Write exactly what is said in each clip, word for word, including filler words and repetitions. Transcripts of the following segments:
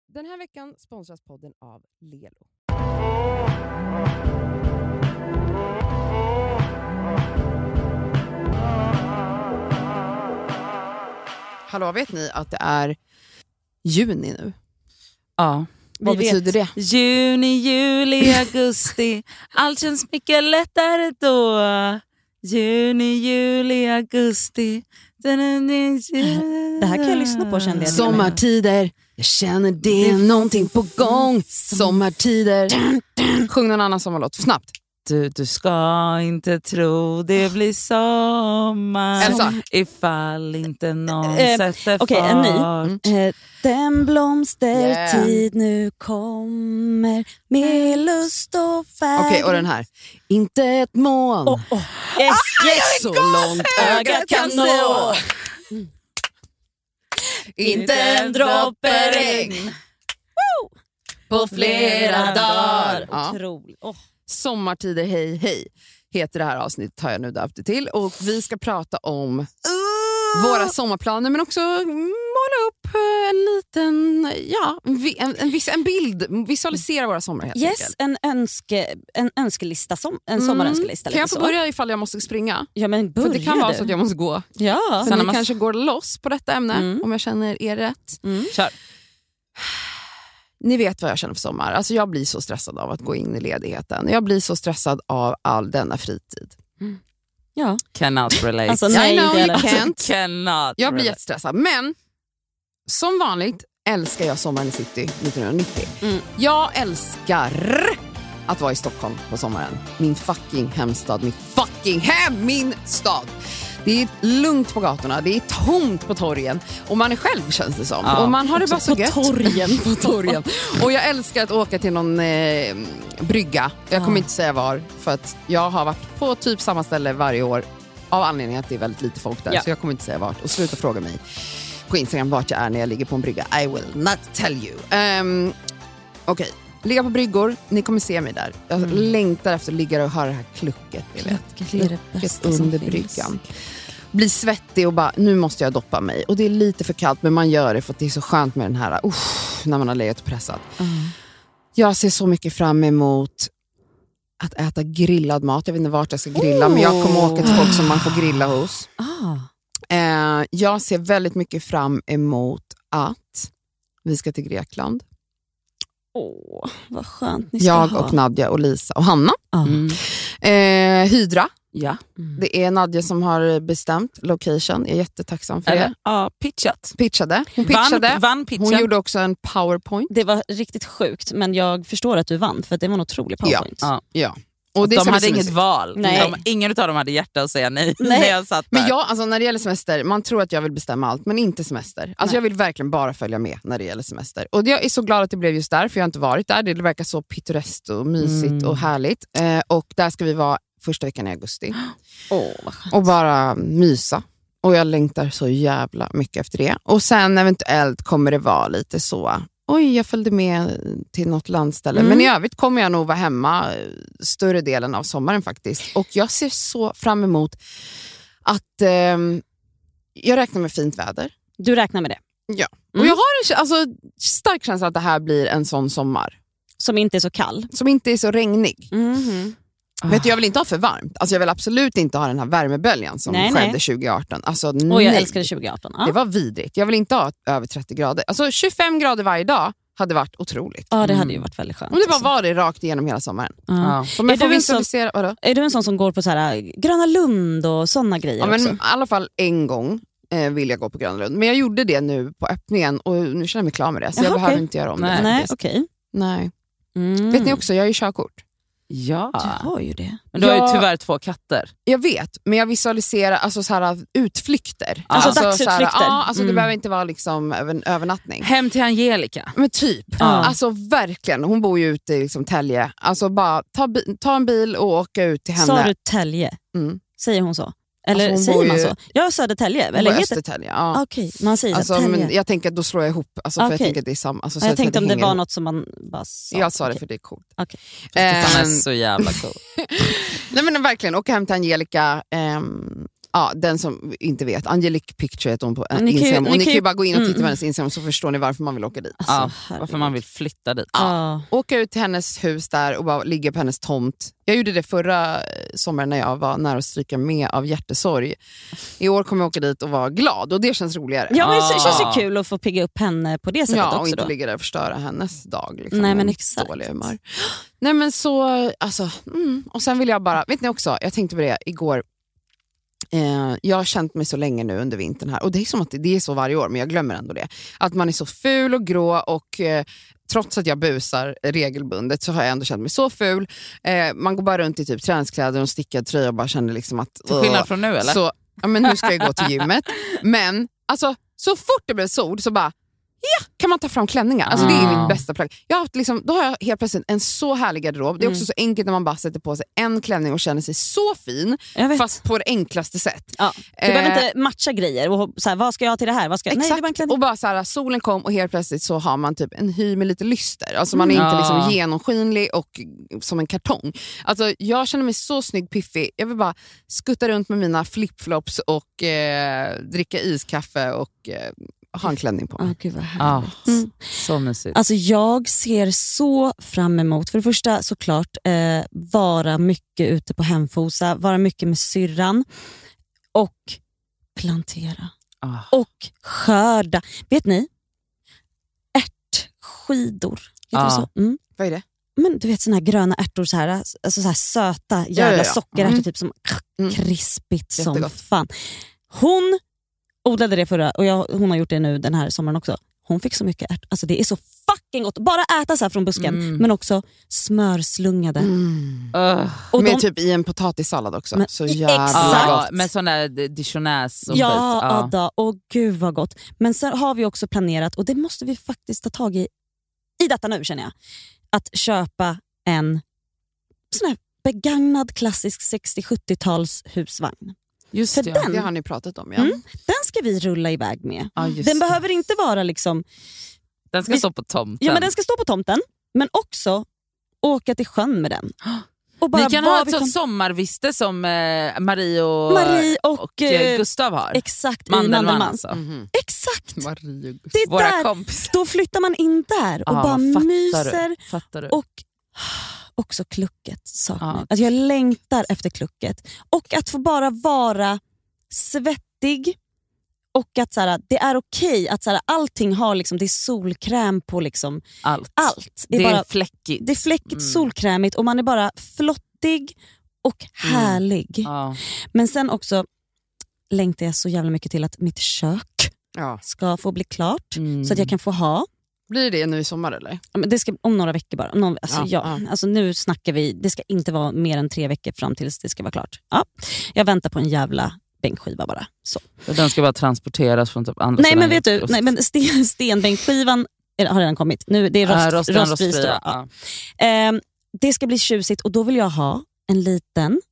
Den här veckan sponsras podden av Lelo. Hallå, vet ni att det är juni nu? Ja. Vad Vi betyder vet. det? Juni, juli, augusti. Allt känns mycket lättare då. Juni, juli, augusti. Det här kan jag lyssna på, kände jag. Sommartider, jag känner det är någonting på gång. Sommartider. Sjung någon annan sommarlåt, snabbt. Du, du ska inte tro det blir sommar. Elsa. Ifall inte någon Eh, sätter okej, fart. en ny. Eh, den blomstertid Yeah. nu kommer med lust och färg. Okej, och den här. Inte ett moln. Oh, oh. Yes, yes. Så långt ögat kan nå. Inte en droppe regn på flera dagar. Ja. Otroligt. Oh. Sommartider, hej hej heter det här avsnittet, har jag nu döpt det till. Och vi ska prata om våra sommarplaner, men också måla upp en liten, ja, en, en, viss, en bild, visualisera våra sommar helt Yes, enkelt. en, önske, en önskelista, som, en sommarönskelista. Kan jag lite få så. börja ifall jag måste springa? Ja, men börja För det kan vara du. så att jag måste gå. Ja. Så Sen ni man- kanske går loss på detta ämne, Mm. om jag känner er rätt. Mm. Kör. Ni vet vad jag känner för sommar. Alltså jag blir så stressad av att gå in i ledigheten. Jag blir så stressad av all denna fritid. Ja. Cannot relate. Alltså, I nej, know inte you heller. can't. Cannot Jag blir relate. jättestressad. Men som vanligt älskar jag sommaren i city nittonhundranittio. Mm. Jag älskar att vara i Stockholm på sommaren. Min fucking hemstad. Min fucking hem, min stad. Det är lugnt på gatorna, det är tomt på torgen. Och man är själv, känns det som. Ja, och man har det bara så på gött. torgen. på torgen. Och jag älskar att åka till någon eh, brygga. Jag kommer Ja. inte säga var, för att jag har varit på typ samma ställe varje år. Av anledning att det är väldigt lite folk där. Ja. Så jag kommer inte säga vart. Och sluta fråga mig på Instagram vart jag är när jag ligger på en brygga. I will not tell you. Um, Okej, okay. Ligga på bryggor. Ni kommer se mig där. Jag Mm. längtar efter att ligga och höra det här klucket. Ni vet. Det är det bästa som under finns. bryggan. Blir svettig och bara, nu måste jag doppa mig. Och det är lite för kallt, men man gör det för att det är så skönt med den här, uff, när man har legat och pressat. Mm. Jag ser så mycket fram emot att äta grillad mat. Jag vet inte vart jag ska grilla, men jag kommer åka till folk som man får grilla hos. Ah. Eh, jag ser väldigt mycket fram emot att vi ska till Grekland. Åh, vad skönt ni ska Jag ha. och Nadja och Lisa och Hanna. Ah. Mm. Eh, Hydra. Ja. Mm. Det är Nadja som har bestämt location. Jag är jättetacksam för Eller, det. ja, pitchat. Pitchade. Hon pitchade. Vann, vann pitchen. Hon gjorde också en powerpoint. Det var riktigt sjukt, men jag förstår att du vann, för att det var en otrolig powerpoint. Ja. Ja. Och det de ska bli hade så inget mysigt. val. Nej. De, ingen av dem hade hjärta att säga nej, Nej. när jag satt där. Men jag, alltså, när det gäller semester, man tror att jag vill bestämma allt, men inte semester. Alltså Nej. jag vill verkligen bara följa med när det gäller semester. Och jag är så glad att det blev just där, för jag har inte varit där. Det verkar så pittoreskt och mysigt Mm. och härligt. Eh, och där ska vi vara första veckan i augusti. Åh, vad skönt. Och bara mysa. Och jag längtar så jävla mycket efter det. Och sen eventuellt kommer det vara lite så, oj, jag följde med till något landställe. Mm. Men i övrigt kommer jag nog vara hemma större delen av sommaren faktiskt. Och jag ser så fram emot att eh, jag räknar med fint väder. Du räknar med det. Ja. Mm. Och jag har en alltså, stark känsla att det här blir en sån sommar. Som inte är så kall. Som inte är så regnig. Mhm. Vet du, jag vill inte ha för varmt. Alltså jag vill absolut inte ha den här värmeböljan som Nej, skedde nej. tjugo arton. Alltså, Och jag nej. älskade tjugo arton. Ja. Det var vidrigt. Jag vill inte ha över trettio grader. Alltså tjugofem grader varje dag hade varit otroligt. Ja, det hade Mm. ju varit väldigt skönt. Om det bara alltså. var det rakt igenom hela sommaren. Ja. Ja. Så man Är får du en sån- visualisera... Vadå? Är du en sån som går på så här Gröna Lund och såna grejer Ja, men också? i alla fall en gång eh, vill jag gå på Gröna Lund. Men jag gjorde det nu på öppningen och nu känner jag mig klar med det. Så Jaha, jag behöver okej. inte göra om Nej. det. Nej, faktiskt. okej. Nej. Mm. Vet ni också, jag är ju körkort. Ja. Du har ju det. Men du har Ja. ju tyvärr två katter. Jag vet, men jag visualiserar alltså, så här, utflykter. Alltså så här, dagsutflykter. ja, alltså, Det Mm. behöver inte vara liksom en övernattning. Hem till Angelica. Men typ, Ja. alltså verkligen. Hon bor ju ute i liksom, Tälje. Alltså bara ta, bi- ta en bil och åka ut till henne. Sa du Tälje? Mm. Säger hon så? Eller Alltså, hon bor säger man ju- så? Ja, Södertälje. Hon Eller bor i heter... Östertälje. Ja. Okej, man säger Alltså, så. Tälje. men jag tänker att då slår jag ihop, alltså, för Okej. jag tänker att det är samma. Alltså, så jag att tänkte om det hänger var ihop. något som man bara sa. Jag sa det Okej. för det är coolt. Okej. Han är Ehm, så jävla cool. Nej men verkligen, åka hem till Angelica. ehm, Ja, den som inte vet. Angelique Picture heter hon på Ni kan ju- Instagram. Och ni ni kan kan ju- ju bara gå in och titta mm. på hennes Instagram så förstår ni varför man vill åka dit. Ja, Alltså, varför herregud. man vill flytta dit. Ja. Åka ut till hennes hus där och bara ligga på hennes tomt. Jag gjorde det förra sommaren när jag var nära att stryka med av hjärtesorg. I år kommer jag åka dit och vara glad och det känns roligare. Ja, men det känns Ah. ju kul att få pigga upp henne på det sättet Ja, och också inte då. ligga där och förstöra hennes dag. Liksom, Nej, men med exakt. dåliga humör. Nej men så, alltså, mm. och sen vill jag bara, vet ni också, jag tänkte på det igår. Eh, jag har känt mig så länge nu under vintern här och det är som att det, det är så varje år, men jag glömmer ändå det. Att man är så ful och grå och eh, trots att jag busar regelbundet så har jag ändå känt mig så ful. Eh, man går bara runt i typ träningskläder och stickad tröja och bara känner liksom att... Till skillnad från nu eller? Så, ja, men nu ska jag gå till gymmet. Men alltså, så fort det blev sol så bara, ja, kan man ta fram klänningar. Alltså det är Ah. mitt bästa plagg. Jag har haft liksom, då har jag helt plötsligt en så härlig garderob. Det är också så enkelt när man bara sätter på sig en klänning och känner sig så fin. Jag vet. Fast på det enklaste sätt. Ja. Du Eh, behöver inte matcha grejer. Och så här, vad ska jag ha till det här? Vad ska... Nej, det Exakt, var en klänning. och bara så här, solen kom och helt plötsligt så har man typ en hy med lite lyster. Alltså man är Mm. inte liksom Ja. genomskinlig och som en kartong. Alltså jag känner mig så snygg, piffig. Jag vill bara skutta runt med mina flipflops och eh, dricka iskaffe och eh, ha en klänning på mig. Åh, gud vad Ja, härligt. Mm. så mysigt. Alltså jag ser så fram emot, för det första såklart, eh, vara mycket ute på Hemfosa, vara mycket med syrran och plantera Ah. och skörda. Vet ni? Ärtskidor. Heter det Ja. så? Mm. Vad är det? Men du vet såna här gröna ärtor, så här, alltså så här söta jävla Ja, ja, ja. sockerärtor, Mm. typ som Mm. krispigt som Jättegott. fan. Hon odlade det förra och jag, hon har gjort det nu den här sommaren också. Hon fick så mycket ärt. Alltså det är så fucking gott. Bara äta så här från busken, Mm. men också smörslungade. Mm. Uh. Och Med de, typ i en potatissallad också. Men- så exakt. jävla Ja, gott. med sån där dijonäs och ja, skit. Ja. Ada, och gud vad gott. Men sen har vi också planerat, och det måste vi faktiskt ta tag i i detta nu känner jag, att köpa en sån här begagnad klassisk sextio-sjuttio-tals husvagn. Just För det. den- Det har ni pratat om, ja. Mm. Den ska vi rulla iväg med. Ja, just Den det. behöver inte vara liksom, Den ska vi- stå på tomten. ja men den ska stå på tomten, men också åka till sjön med den. Och bara Ni kan vad ha ett vi sånt kan- sommarviste som eh, Marie och, Marie och, och eh, eh, Gustav har. exakt i Mandelmann Mandelmans. alltså. Mhm. Exakt, Marie och det är Våra där. kompisar. Då flyttar man in där och Ja, bara fattar myser. Du, fattar du? Och också klucket saknar Ja. jag. Alltså jag längtar efter klucket. Och att få bara vara svettig. Och att så här, det är okej att så här, allting har liksom, det är solkräm på liksom allt. allt. Det är, bara, fläckigt. det är fläckigt, Mm. solkrämigt och man är bara flottig och härlig. Ja. Men sen också längtar jag så jävla mycket till att mitt kök Ja. ska få bli klart. Mm. Så att jag kan få ha. Blir det nu i sommar eller? Ja, men det ska, om några veckor bara. Om Någon, alltså, Ja, ja, ja. Alltså, nu snackar vi, det ska inte vara mer än tre veckor fram tills det ska vara klart. Ja. Jag väntar på en jävla bänkskiva bara. Så. Den ska bara transporteras från typ andra Nej sidan men vet du, Göteborg. nej, men sten, stenbänkskivan är- har redan kommit. Nu, det är rost, Ja, rostan, rostfri. rostfria, Ja. ja. Ehm, det ska bli tjusigt och då vill jag ha en liten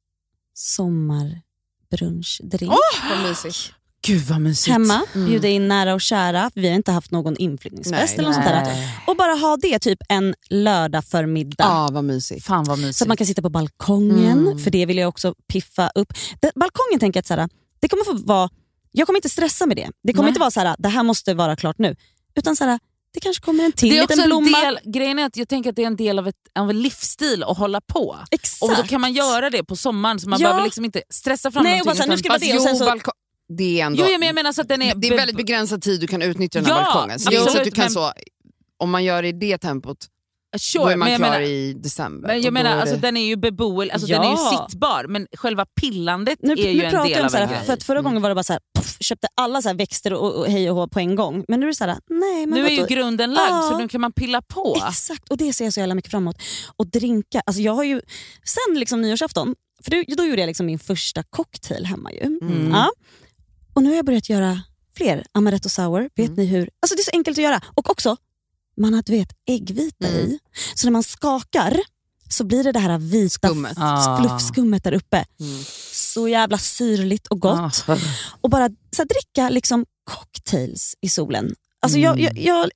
sommarbrunch-drink. Vad mysigt. Gud vad mysigt. Hemma, Mm. bjuda in nära och kära. Vi har inte haft någon inflyttningsfest Nej, eller något sånt där. Nej. Och bara ha det typ en lördag förmiddag. Ja, vad mysigt. Fan vad mysigt. Så att man kan sitta på balkongen, Mm. för det vill jag också piffa upp. Den, balkongen tänker jag att så här, det kommer få vara, jag kommer inte stressa med det. Det kommer Nej. inte vara så här, det här måste vara klart nu. Utan så här, det kanske kommer en till det är också liten en blomma. del, grejen är att jag tänker att det är en del av, ett, av en livsstil att hålla på. Exakt. Och då kan man göra det på sommaren så man Ja. behöver liksom inte stressa fram Nej, och bara någonting. så här, nu ska utan- det vara Fast det och jo, sen så- balko- det är ändå... Jo, men jag menar så att den är... det är väldigt begränsad tid du kan utnyttja den här Ja, balkongen. Så det är inte så att du absolut, kan men- så... Om man gör det i det tempot, Sure, då är man men jag klar menar, i december. men Och jag då menar är alltså, det... den är ju beboel, alltså den är ju Ja. sittbar, men själva pillandet Nu, är ju nu en pratar del jag om av så en här, grej. för att förra gången var det bara så här, puff, köpte alla så här växter och, och hej och hå på en gång. Men nu är det så här, nej men Nu är ju vadå? grunden lagd Ja. så nu kan man pilla på. Exakt, och det ser jag så jävla mycket fram emot. Och drinka, alltså jag har ju sen liksom nyårsafton, för då, då gjorde jag liksom min första cocktail hemma ju. Mm. Ja. Och nu har jag börjat göra fler amaretto sour. Vet Mm. ni hur? Alltså det är så enkelt att göra. Och också, man har du vet, äggvita Mm. i. Så när man skakar så blir det det här vita Skummet. Ah. fluffskummet där uppe. Mm. Så jävla syrligt och gott. Ah. Och bara så här, dricka liksom cocktails i solen. Alltså Mm. jag, jag, jag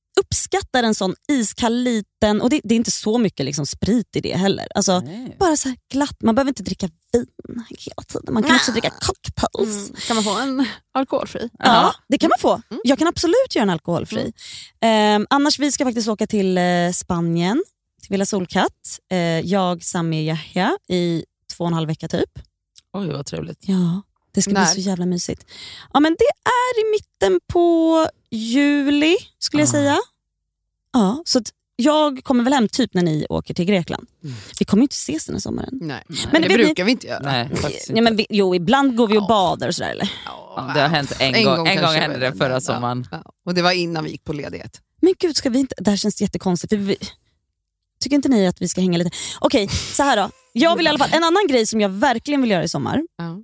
uppskattar en sån iskall liten, och det, det är inte så mycket liksom sprit i det heller. Alltså, bara så här glatt, man behöver inte dricka vin hela tiden. Man kan också dricka cocktails. Mm. Kan man få en alkoholfri? Ja, det kan man få. Jag kan absolut göra en alkoholfri. Mm. Eh, annars vi ska faktiskt åka till eh, Spanien, till Villa Solkatt. Eh, jag, Sami och Yahya i två och en halv vecka typ. Oj, vad trevligt. Ja, det ska När? bli så jävla mysigt. Ja, men det är i mitten på juli skulle jag Ah. säga. Ja, så att jag kommer väl hem typ när ni åker till Grekland. Mm. Vi kommer ju inte ses den här sommaren. Nej, Men men det det vet brukar vi inte göra. Nej, faktiskt Nej, inte. men vi, jo, ibland går vi och Ja. badar och sådär eller? Ja, det har hänt en, gång. En gång kanske hände det vi- förra ja, sommaren. Ja. Och det var innan vi gick på ledighet. Men gud, ska vi inte... Det här känns jättekonstigt. För vi, tycker inte ni att vi ska hänga lite? Okej, så här då. Jag vill i alla fall... En annan grej som jag verkligen vill göra i sommar, Ja.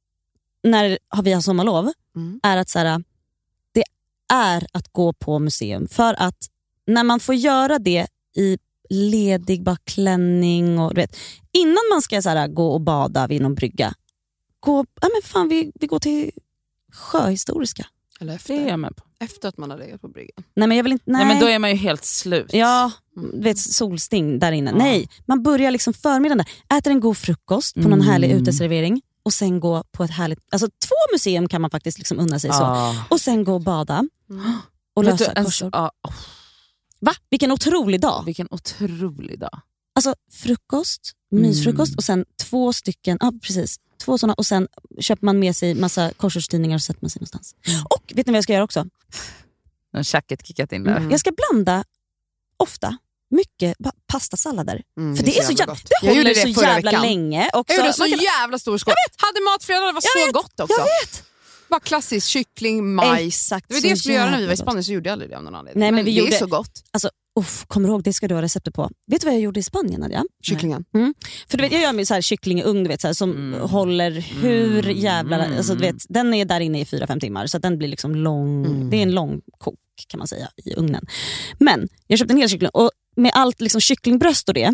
när vi har sommarlov, Mm. är att så här, det är att gå på museum. För att när man får göra det i ledig bara klänning och du vet, innan man ska så här, gå och bada vid någon brygga, gå, ja, men fan, vi, vi går till Sjöhistoriska. Eller Det är efter, jag med på. efter att man har legat på bryggan. Nej, men jag vill inte... Nej, Nej, men då är man ju helt slut. Ja, du vet, solsting där inne. Ja. Nej, man börjar liksom förmiddagen där. Äter en god frukost på någon Mm. härlig uteservering och sen gå på ett härligt... Alltså två museum kan man faktiskt liksom unna sig så. Ja. Och sen gå och bada och Vet du, lösa en- korsord. ja, åh, Va? Vilken otrolig dag. vilken otrolig dag. Alltså frukost, mysfrukost och sen två stycken, ja precis, två sådana, och sen köper man med sig massa korsordstidningar och sätter man sig någonstans. Och vet ni vad jag ska göra också? En tjacket kickat in där. Mm. Jag ska blanda ofta mycket ba- pastasallader. Mm, För det är så jävla, gott. det Jag gjorde håller det så förra jävla veckan. länge. Också. Jag gjorde så Man kan- jävla stor skål. Hade matfredag, det var Jag så vet, gott också. Jag vet. Bara klassisk kyckling, majs. Exakt, Det var så det jag skulle göra när vi var i jävla Spanien, så gjorde jag aldrig det av någon anledning. Nej, men vi det gjorde- är så gott. Alltså, uff, kommer du ihåg, det ska du ha receptet på. Vet du vad jag gjorde i Spanien, Nadja? Kycklingen. För du vet, jag gör med så här kyckling i ugn, du vet, så här, som Mm. håller hur Mm. jävla... Alltså, du vet, den är där inne i fyra fem timmar, så att den blir liksom lång. Mm. Det är en lång kok kan man säga i ugnen. Men jag köpte en hel kyckling och med allt liksom kycklingbröst och det,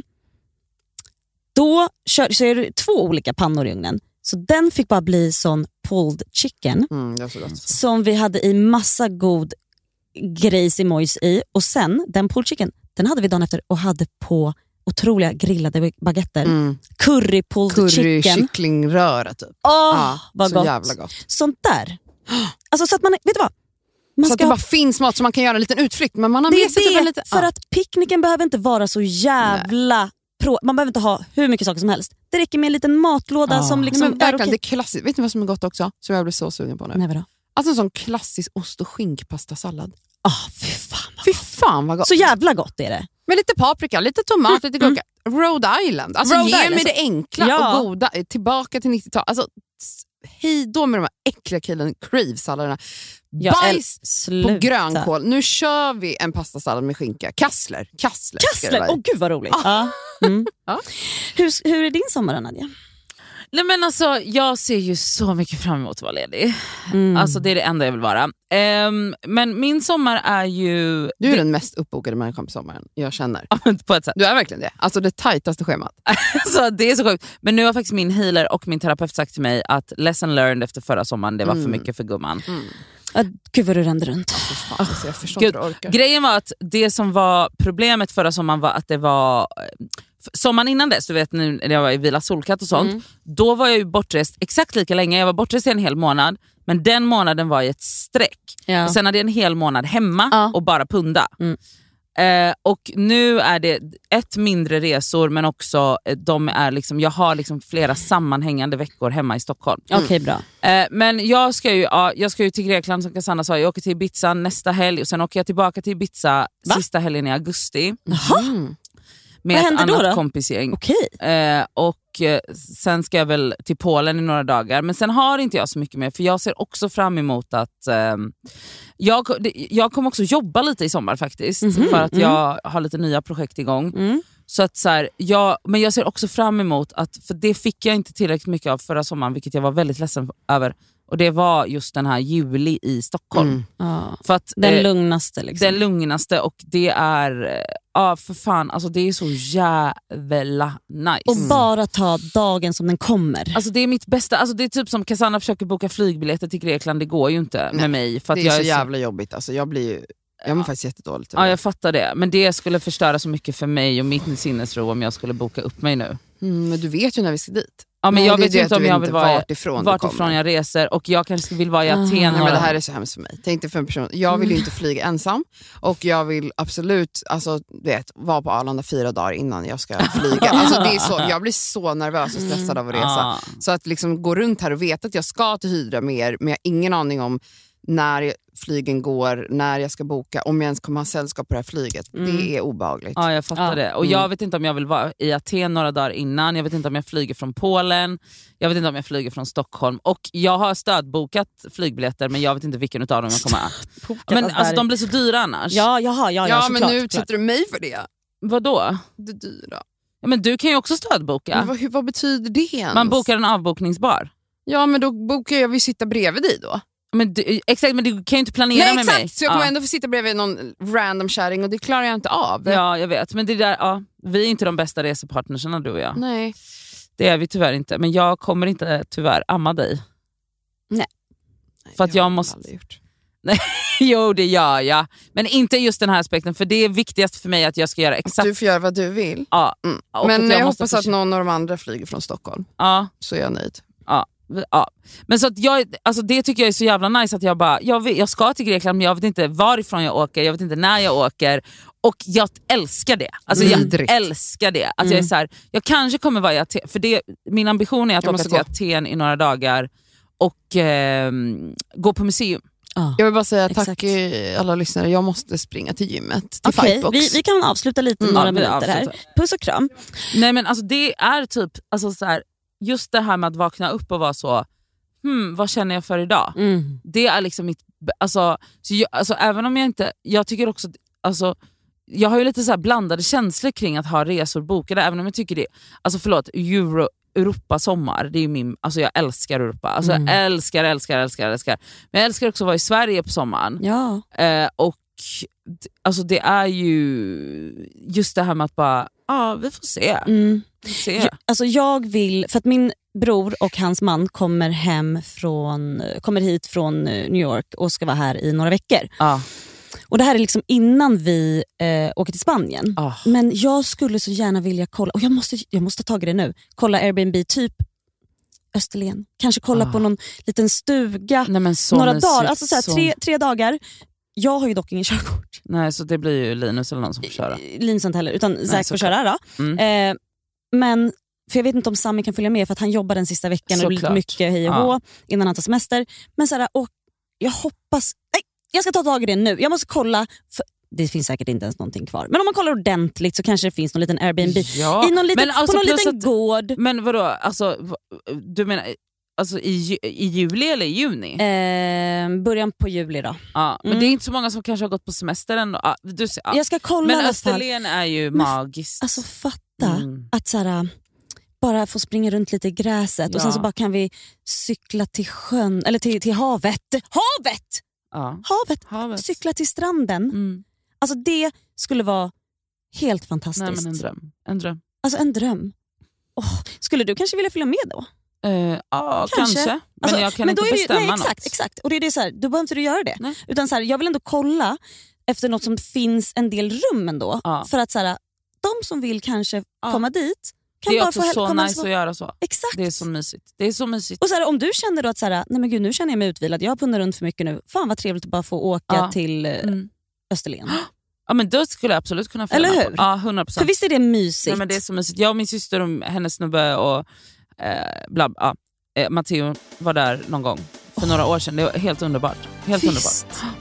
då kör, så är det två olika pannor i ugnen. Så den fick bara bli sån pulled chicken Mm, det var så gott. som vi hade i massa god grejs i mojs i. Och sen, den pulled chicken, den hade vi dagen efter och hade på otroliga grillade baguetter. Mm. Curry pulled Curry, chicken. kycklingröra typ. Åh, Ja, vad så gott. jävla gott. Sånt där. Alltså så att man, vet du vad? Man Så att det bara finns mat så man kan göra en liten utflykt. Men man har det med sig är typ det, en liten... för ja. att picknicken behöver inte vara så jävla... Pro, man behöver inte ha hur mycket saker som helst. Det räcker med en liten matlåda Ah. som Nej, liksom men verkligen, är det okej. är klassiskt. Vet ni vad som är gott också? Som jag blir så sugen på nu. Nej, vadå? Alltså en sån klassisk ost- och skinkpastasallad. Ah, fy fan. vad Fy fan vad gott. Så jävla gott är det. Med lite paprika, lite tomat, lite gurka. Rhode Island. Alltså Rhode ge Island, mig så- det enkla Ja. och goda. Tillbaka till nittiotalet. Alltså, s- hej då med de här äckliga killen crave-salladerna. Jag Bajs äl- sluta. på grönkål. Nu kör vi en pastasallad med skinka. Kassler. Kassler. ska det Kassler, vara i. åh gud vad roligt. Ja. Mm. Ja. Hur, hur är din sommar, Nadja? Nej, men alltså, jag ser ju så mycket fram emot att vara ledig. Mm. Alltså, det är det enda jag vill vara. Ehm, men min sommar är ju... Du är det, den mest uppbokade människan på sommaren jag känner. på ett sätt. Du är verkligen det. Alltså det tajtaste schemat. Alltså, det är så sjukt. Men nu har faktiskt min healer och min terapeut sagt till mig att lesson learned efter förra sommaren, det var Mm. för mycket för gumman. Ah, gud vad du rände runt. Fy fan, alltså, jag förstår Gud, inte hur du orkar. Grejen var att det som var problemet förra sommaren var att det var sommaren innan dess, du vet nu när jag var i Villa Solkatt och sånt, Mm. då var jag ju bortrest exakt lika länge. Jag var bortrest i en hel månad, men den månaden var i ett streck. Ja. Och sen hade jag en hel månad hemma Ja. och bara punda. Mm. Eh, och nu är det ett mindre resor, men också eh, de är liksom, jag har liksom flera sammanhängande veckor hemma i Stockholm. Okej, bra. Eh, men jag ska, ju, ja, jag ska ju till Grekland som Cassandra sa. Jag åker till Ibiza nästa helg och sen åker jag tillbaka till Ibiza Va? sista helgen i augusti Mm. med Vad ett händer då annat då? kompisgäng. Okej. Eh, och eh, sen ska jag väl till Polen i några dagar. Men sen har inte jag så mycket mer, för jag ser också fram emot att eh, jag, det- jag kommer också jobba lite i sommar faktiskt. Mhm, för att mm. jag har lite nya projekt igång. Mm. Så att så här, jag, men jag ser också fram emot att, för det fick jag inte tillräckligt mycket av förra sommaren, vilket jag var väldigt ledsen över. Och det var just den här juli i Stockholm. Mm. Ja. För att, Den eh, lugnaste liksom. den lugnaste, och det är, eh, ja för fan, alltså det är så jävla nice. Och bara ta dagen som den kommer. Alltså det är mitt bästa, alltså det är typ som Cassandra försöker boka flygbiljetter till Grekland, det går ju inte Nej, med mig. För att Det är jag så är jävla jobbigt. Alltså, jag blir ju Jag mår faktiskt jättedåligt. Ja, jag fattar det. Men det skulle förstöra så mycket för mig och mitt sinnesro om jag skulle boka upp mig nu. Mm, men du vet ju när vi ska dit. Ja, men Nej, jag det är vet det inte att om du jag vet vill inte vara vart ifrån vart du ifrån kommer. jag reser. Och jag kanske vill vara i Aten. Nej, några- men det här är så hemskt för mig. Tänk dig för en person. Jag vill ju inte flyga ensam. Och jag vill absolut alltså, vet, vara på Arlanda fyra dagar innan jag ska flyga. Alltså, det är så, jag blir så nervös och stressad av att resa. Ah. Så att liksom gå runt här och veta att jag ska till Hydra mer, men jag har ingen aning om när flygen går, när jag ska boka, om jag ens kommer ha sällskap på det här flyget. Mm. Det är obehagligt. Ja, jag fattar Ja. det. Och jag vet inte om jag vill vara i Aten några dagar innan. Jag vet inte om jag flyger från Polen. Jag vet inte om jag flyger från Stockholm. Och jag har stödbokat flygbiljetter, men jag vet inte vilken utav dem jag kommer att. Men alltså, de blir så dyra annars. Ja, jaha, ja, ja, Ja, såklart, men nu såklart. utsätter du mig för det. Vadå? Det dyra. Ja, men du kan ju också stödboka. Men vad, hur, vad betyder det ens? Man bokar en avbokningsbar. Ja, men då bokar jag, vill sitta bredvid dig då. Men du, exakt, men du kan ju inte planera Nej, med exakt, mig. så jag kommer Ja. ändå få sitta bredvid någon random kärring och det klarar jag inte av. Ja, jag vet. Men det där, ja, vi är inte de bästa resepartnerserna, du och jag. Nej. Det är vi tyvärr inte. Men jag kommer inte tyvärr amma dig. Nej. För att det har jag måste... aldrig gjort. Jo, det gör jag. Men inte just den här aspekten, för det är viktigast för mig att jag ska göra exakt... Du får göra vad du vill. Ja. Mm. Och Men att jag, jag måste hoppas att försöka- någon av de andra flyger från Stockholm. Ja. Så är jag nöjd. Ja, ja. Men så att jag, alltså det tycker jag är så jävla nice att jag bara, jag, vet, jag ska till Grekland men jag vet inte varifrån jag åker, jag vet inte när jag åker och jag älskar det. Alltså Vidrigt. jag älskar det. Att Mm. jag är så här, jag kanske kommer vara i Aten, för det, min ambition är att Jag åka måste till gå. Aten i några dagar och eh, gå på museum. Ja. Jag vill bara säga Exakt. tack eh, alla lyssnare. Jag måste springa till gymmet, till Okej, Fightbox. vi, vi kan avsluta lite Mm, några ja, vi minuter här. avslutar. Puss och kram. Nej men alltså det är typ, alltså så här, just det här med att vakna upp och vara så, hmm, vad känner jag för idag? Mm. Det är liksom mitt, alltså, så jag, alltså även om jag inte, jag tycker också, alltså, jag har ju lite så här blandade känslor kring att ha resor bokade, även om jag tycker det, alltså förlåt, Euro, Europa sommar, det är min, alltså jag älskar Europa, alltså Mm. jag älskar, älskar, älskar, älskar, men jag älskar också att vara i Sverige på sommaren. Ja. Eh, och d- alltså det är ju just det här med att bara, ja vi får se. Mm. Vi får se. Jag, alltså jag vill, för att min bror och hans man kommer hem från, kommer hit från eh, New York och ska vara här i några veckor. Ja. Och det här är liksom innan vi eh, åker till Spanien. Ah. Men jag skulle så gärna vilja kolla, och jag måste, jag måste ta tag i det nu, kolla Airbnb typ Österlen. Kanske kolla Ah. på någon liten stuga, Nej, men så några mysigt, dagar, alltså så här, så- tre, tre dagar. Jag har ju dock ingen körkort. Nej, så det blir ju Linus eller någon som får köra. Linus inte heller, utan Zack får såklart. köra då. Mm. Eh, men för jag vet inte om Sami kan följa med för att han jobbar den sista veckan och det blir lite Såklart. mycket hej och Ja. hå innan han tar semester. Men så här, och jag hoppas, nej, jag ska ta tag i det nu. Jag måste kolla, för det finns säkert inte ens någonting kvar. Men om man kollar ordentligt så kanske det finns någon liten Airbnb Ja. i någon liten, Men alltså på någon plus liten att- gård. Men vadå, alltså, v- du menar alltså, i, ju- i juli eller i juni? Eh, början på juli då. Ja, men mm. det är inte så många som kanske har gått på semester ändå. Ja, du ser, ja. Jag ska kolla i Men alla fall. Österlen är ju Men- magiskt. Alltså fatta Mm. att så här, bara få springa runt lite i gräset och sen Ja. så bara kan vi cykla till sjön, eller till, till havet. Havet! Ja. Havet! Havet. Cykla till stranden. Mm. Alltså det skulle vara helt fantastiskt. Nej, men en dröm. En dröm. Alltså en dröm. Åh, skulle du kanske vilja följa med då? Eh, ja, Kanske. kanske. Men Alltså, jag kan men inte då är det, bestämma nej, exakt, något. exakt. Och det är det så här, då behöver inte du göra det. Nej. Utan så här, jag vill ändå kolla efter något som finns en del rum ändå. Ja. För att så här, de som vill kanske Ja. komma dit kan Det är bara också få så komma nice och att göra så. Exakt. Det är så mysigt. Det är så mysigt. Och så här, om du känner då att så här, nej men gud, nu känner jag mig utvilad, jag har punnat runt för mycket nu. Fan vad trevligt att bara få åka Ja. till eh, Mm. Österlen. Ja, men då skulle jag absolut kunna följa Eller med hur? på. Ja, hundra procent. För visst är det mysigt? Nej, men det är så mysigt. Jag och min syster och hennes snubbe och eh, bla, ja, eh, Matteo var där någon gång för några år sedan. Det var helt underbart. Helt Visst. underbart.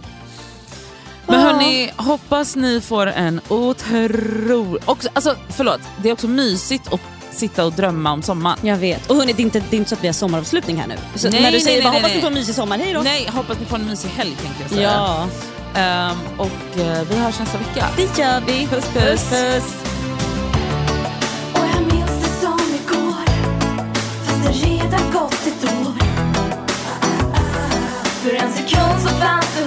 Men Ja. hörni, hoppas ni får en otrolig... Alltså, förlåt, det är också mysigt att sitta och drömma om sommaren. Jag vet. Och hörni, det är inte, det är inte så att vi har sommaravslutning här nu. Så Nej, när du nej, säger nej, bara, nej, hoppas nej. ni får en mysig sommar, hej då. Nej, hoppas ni får en mysig helg tänkte jag säga. Ja, Ehm, och eh, vi hörs nästa vecka. det gör vi. Puss, puss. puss. Och jag minns det som igår, fast det redan gått ett år. För en sekund så fanns det